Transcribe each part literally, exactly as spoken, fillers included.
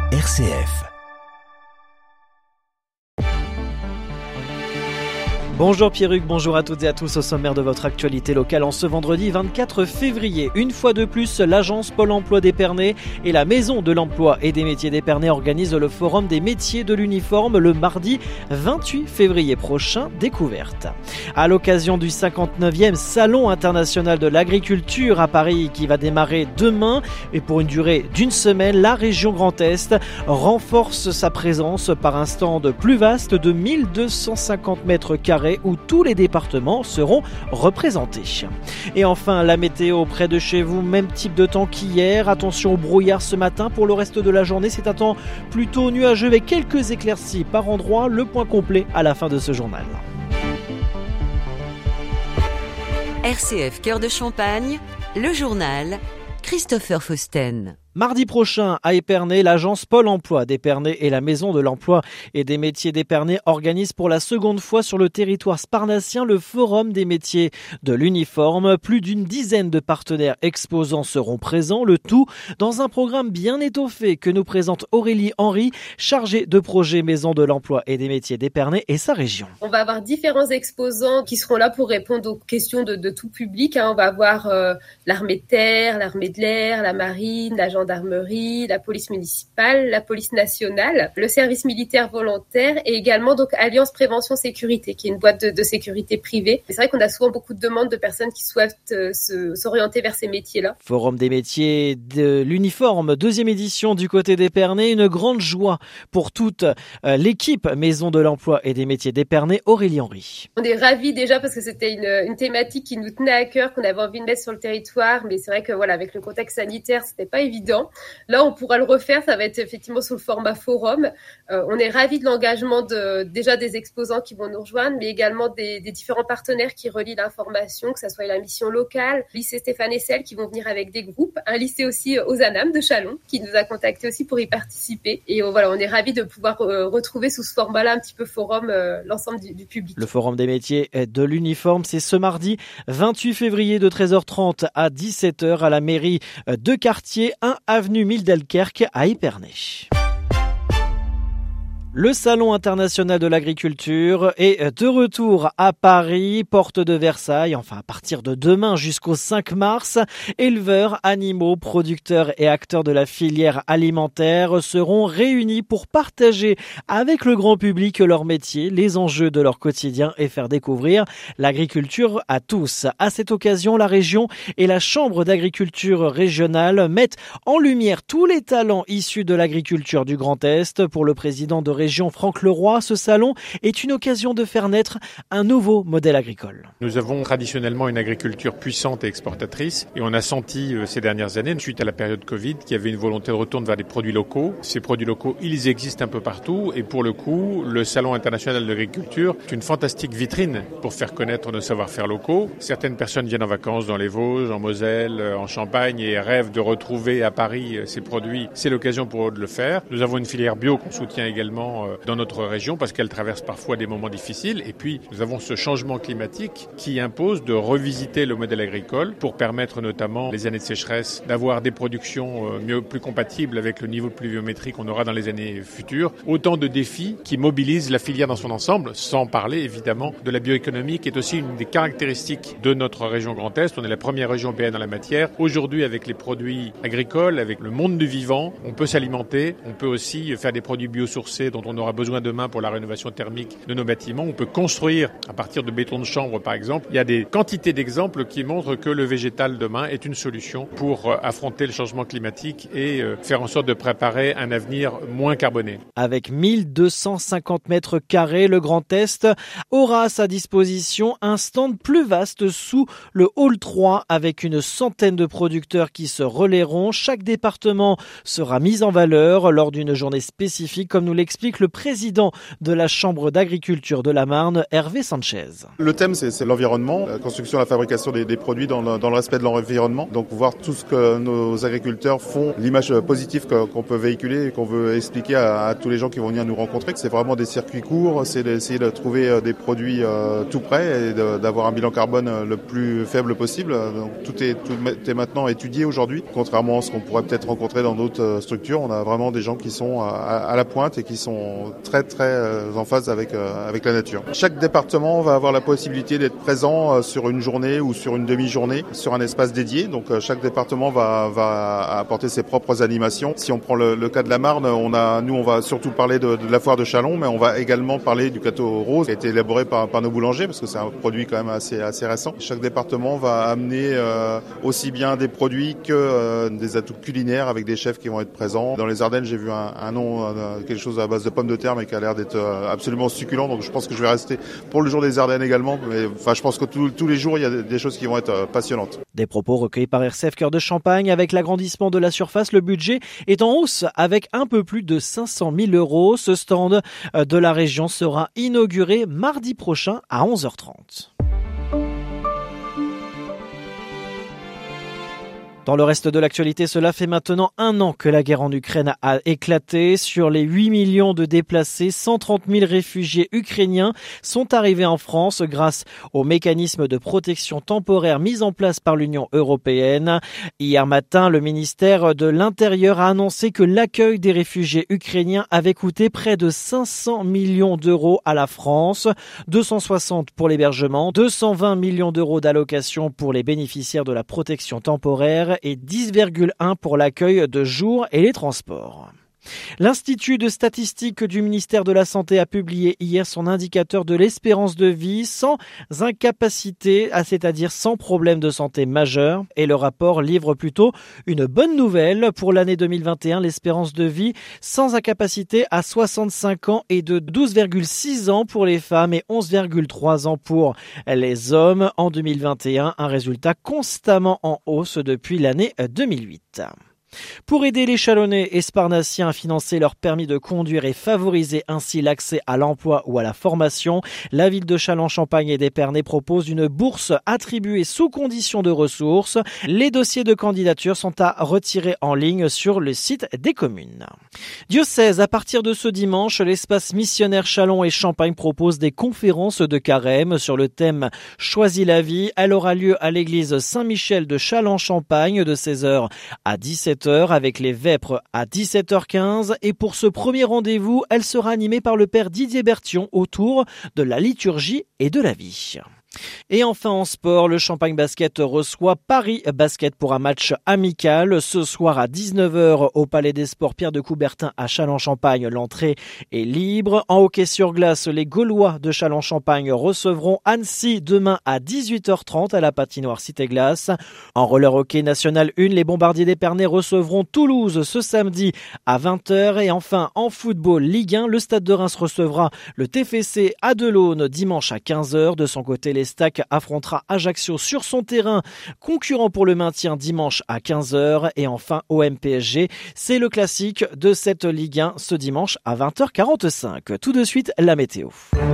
R C F. Bonjour Pierruc, bonjour à toutes et à tous au sommaire de votre actualité locale en ce vendredi vingt-quatre février. Une fois de plus, l'agence Pôle emploi d'Épernay et la Maison de l'emploi et des métiers d'Épernay organisent le forum des métiers de l'uniforme le mardi vingt-huit février prochain, découverte. À l'occasion du cinquante-neuvième Salon international de l'agriculture à Paris qui va démarrer demain et pour une durée d'une semaine, la région Grand Est renforce sa présence par un stand plus vaste de mille deux cent cinquante mètres carrés où tous les départements seront représentés. Et enfin, la météo près de chez vous, même type de temps qu'hier. Attention au brouillard ce matin. Pour le reste de la journée, c'est un temps plutôt nuageux avec quelques éclaircies par endroits. Le point complet à la fin de ce journal. R C F Cœur de Champagne, le journal, Christopher Fausten. Mardi prochain, à Épernay, l'agence Pôle emploi d'Épernay et la Maison de l'emploi et des métiers d'Épernay organisent pour la seconde fois sur le territoire sparnacien le forum des métiers de l'uniforme. Plus d'une dizaine de partenaires exposants seront présents, le tout dans un programme bien étoffé que nous présente Aurélie Henry, chargée de projet Maison de l'emploi et des métiers d'Épernay et sa région. On va avoir différents exposants qui seront là pour répondre aux questions de, de tout public. On va avoir euh, l'armée de terre, l'armée de l'air, la marine, la gendarmerie, gendarmerie, la police municipale, la police nationale, le service militaire volontaire et également donc Alliance Prévention Sécurité, qui est une boîte de, de sécurité privée. C'est vrai qu'on a souvent beaucoup de demandes de personnes qui souhaitent euh, se, s'orienter vers ces métiers-là. Forum des métiers de l'uniforme, deuxième édition du côté d'Épernay, une grande joie pour toute euh, l'équipe Maison de l'emploi et des métiers d'Épernay, Aurélie Henry. On est ravis déjà parce que c'était une, une thématique qui nous tenait à cœur, qu'on avait envie de mettre sur le territoire, mais c'est vrai que voilà, avec le contexte sanitaire, c'était pas évident. Là, on pourra le refaire, ça va être effectivement sous le format forum. Euh, on est ravis de l'engagement de, déjà des exposants qui vont nous rejoindre, mais également des, des différents partenaires qui relient l'information, que ce soit la mission locale, le lycée Stéphane Hessel qui vont venir avec des groupes, un lycée aussi aux Anames de Châlons qui nous a contactés aussi pour y participer. Et euh, voilà, on est ravis de pouvoir euh, retrouver sous ce format-là un petit peu forum euh, l'ensemble du, du public. Le forum des métiers de l'uniforme, c'est ce mardi vingt-huit février de treize heures trente à dix-sept heures à la mairie de Quartier, un avenue Mildelkerk à Épernay. Le Salon international de l'agriculture est de retour à Paris, porte de Versailles, enfin à partir de demain jusqu'au cinq mars. Éleveurs, animaux, producteurs et acteurs de la filière alimentaire seront réunis pour partager avec le grand public leur métier, les enjeux de leur quotidien et faire découvrir l'agriculture à tous. À cette occasion, la région et la Chambre d'agriculture régionale mettent en lumière tous les talents issus de l'agriculture du Grand Est. Pour le président de région Franck Leroy, ce salon est une occasion de faire naître un nouveau modèle agricole. Nous avons traditionnellement une agriculture puissante et exportatrice et on a senti euh, ces dernières années, suite à la période Covid, qu'il y avait une volonté de retour vers des produits locaux. Ces produits locaux, ils existent un peu partout et pour le coup, le Salon international de l'agriculture est une fantastique vitrine pour faire connaître nos savoir-faire locaux. Certaines personnes viennent en vacances dans les Vosges, en Moselle, en Champagne et rêvent de retrouver à Paris ces produits. C'est l'occasion pour eux de le faire. Nous avons une filière bio qu'on soutient également dans notre région parce qu'elle traverse parfois des moments difficiles et puis nous avons ce changement climatique qui impose de revisiter le modèle agricole pour permettre notamment les années de sécheresse d'avoir des productions mieux, plus compatibles avec le niveau de pluviométrie qu'on aura dans les années futures. Autant de défis qui mobilisent la filière dans son ensemble, sans parler évidemment de la bioéconomie qui est aussi une des caractéristiques de notre région Grand Est. On est la première région européenne en la matière. Aujourd'hui, avec les produits agricoles, avec le monde du vivant, on peut s'alimenter, on peut aussi faire des produits biosourcés dont on aura besoin demain pour la rénovation thermique de nos bâtiments. On peut construire à partir de béton de chanvre, par exemple. Il y a des quantités d'exemples qui montrent que le végétal demain est une solution pour affronter le changement climatique et faire en sorte de préparer un avenir moins carboné. Avec mille deux cent cinquante mètres carrés, le Grand Est aura à sa disposition un stand plus vaste sous le hall trois avec une centaine de producteurs qui se relaieront. Chaque département sera mis en valeur lors d'une journée spécifique, comme nous l'explique explique le président de la Chambre d'agriculture de la Marne, Hervé Sanchez. Le thème, c'est, c'est l'environnement, la construction et la fabrication des, des produits dans le, dans le respect de l'environnement. Donc voir tout ce que nos agriculteurs font, l'image positive que, qu'on peut véhiculer et qu'on veut expliquer à, à tous les gens qui vont venir nous rencontrer, que c'est vraiment des circuits courts, c'est d'essayer de trouver des produits euh, tout prêts et de, d'avoir un bilan carbone le plus faible possible. Donc tout est, tout est maintenant étudié aujourd'hui, contrairement à ce qu'on pourrait peut-être rencontrer dans d'autres structures. On a vraiment des gens qui sont à, à la pointe et qui sont très très en phase avec, avec la nature. Chaque département va avoir la possibilité d'être présent sur une journée ou sur une demi-journée sur un espace dédié. Donc chaque département va, va apporter ses propres animations. Si on prend le, le cas de la Marne, on a, nous on va surtout parler de, de la foire de Châlons, mais on va également parler du gâteau rose qui a été élaboré par, par nos boulangers parce que c'est un produit quand même assez, assez récent. Chaque département va amener euh, aussi bien des produits que euh, des atouts culinaires avec des chefs qui vont être présents. Dans les Ardennes, j'ai vu un, un nom, un, quelque chose à base de pommes de terre mais qui a l'air d'être euh, absolument succulent. Donc je pense que je vais rester pour le jour des Ardennes également. Mais enfin, je pense que tout, tous les jours, il y a des choses qui vont être euh, passionnantes. Des propos recueillis par R C F Cœur de Champagne. Avec l'agrandissement de la surface, le budget est en hausse avec un peu plus de cinq cent mille euros. Ce stand de la région sera inauguré mardi prochain à onze heures trente. Dans le reste de l'actualité, cela fait maintenant un an que la guerre en Ukraine a éclaté. Sur les huit millions de déplacés, cent trente mille réfugiés ukrainiens sont arrivés en France grâce au mécanisme de protection temporaire mis en place par l'Union européenne. Hier matin, le ministère de l'Intérieur a annoncé que l'accueil des réfugiés ukrainiens avait coûté près de cinq cents millions d'euros à la France, deux cent soixante pour l'hébergement, deux cent vingt millions d'euros d'allocations pour les bénéficiaires de la protection temporaire et dix virgule un pour l'accueil de jour et les transports. L'Institut de statistique du ministère de la Santé a publié hier son indicateur de l'espérance de vie sans incapacité, c'est-à-dire sans problème de santé majeur. Et le rapport livre plutôt une bonne nouvelle. Pour l'année deux mille vingt et un, l'espérance de vie sans incapacité à soixante-cinq ans est de douze virgule six ans pour les femmes et onze virgule trois ans pour les hommes. En deux mille vingt et un, un résultat constamment en hausse depuis l'année deux mille huit. Pour aider les Chalonnais et Sparnassiens à financer leur permis de conduire et favoriser ainsi l'accès à l'emploi ou à la formation, la ville de Châlons-Champagne et d'Épernay propose une bourse attribuée sous condition de ressources. Les dossiers de candidature sont à retirer en ligne sur le site des communes. Diocèse, à partir de ce dimanche, l'espace missionnaire Châlons et Champagne propose des conférences de carême sur le thème « Choisis la vie ». Elle aura lieu à l'église Saint-Michel de Châlons-Champagne de seize heures à dix-sept heures avec les vêpres à dix-sept heures quinze. Et pour ce premier rendez-vous, elle sera animée par le père Didier Berthion autour de la liturgie et de la vie. Et enfin en sport, le Champagne Basket reçoit Paris Basket pour un match amical. Ce soir à dix-neuf heures au Palais des Sports Pierre de Coubertin à Châlons-Champagne. L'entrée est libre. En hockey sur glace, les Gaulois de Châlons-Champagne recevront Annecy demain à dix-huit heures trente à la patinoire Cité Glace. En roller hockey national un, les Bombardiers d'Épernay recevront Toulouse ce samedi à vingt heures. Et enfin en football Ligue un, le Stade de Reims recevra le T F C à Delaune dimanche à quinze heures. De son côté, les Stack affrontera Ajaccio sur son terrain, concurrent pour le maintien dimanche à quinze heures. Et enfin, O M P S G, c'est le classique de cette Ligue un ce dimanche à vingt heures quarante-cinq. Tout de suite, la météo.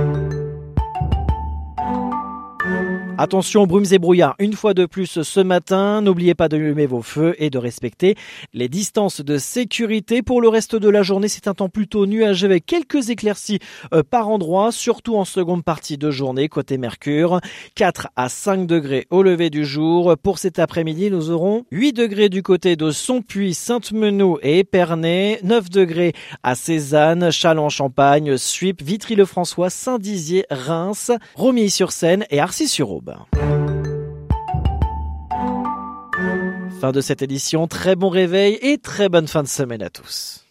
Attention, brumes et brouillards une fois de plus ce matin. N'oubliez pas d'allumer vos feux et de respecter les distances de sécurité. Pour le reste de la journée, c'est un temps plutôt nuageux avec quelques éclaircies euh, par endroit, surtout en seconde partie de journée côté Mercure. quatre à cinq degrés au lever du jour. Pour cet après-midi, nous aurons huit degrés du côté de Sompuy, Sainte-Menehould et Épernay, neuf degrés à Cézanne, Châlons-Champagne, Suippes, Vitry-le-François, Saint-Dizier, Reims, Romilly-sur-Seine et Arcis-sur-Aube. Fin de cette édition, très bon réveil et très bonne fin de semaine à tous.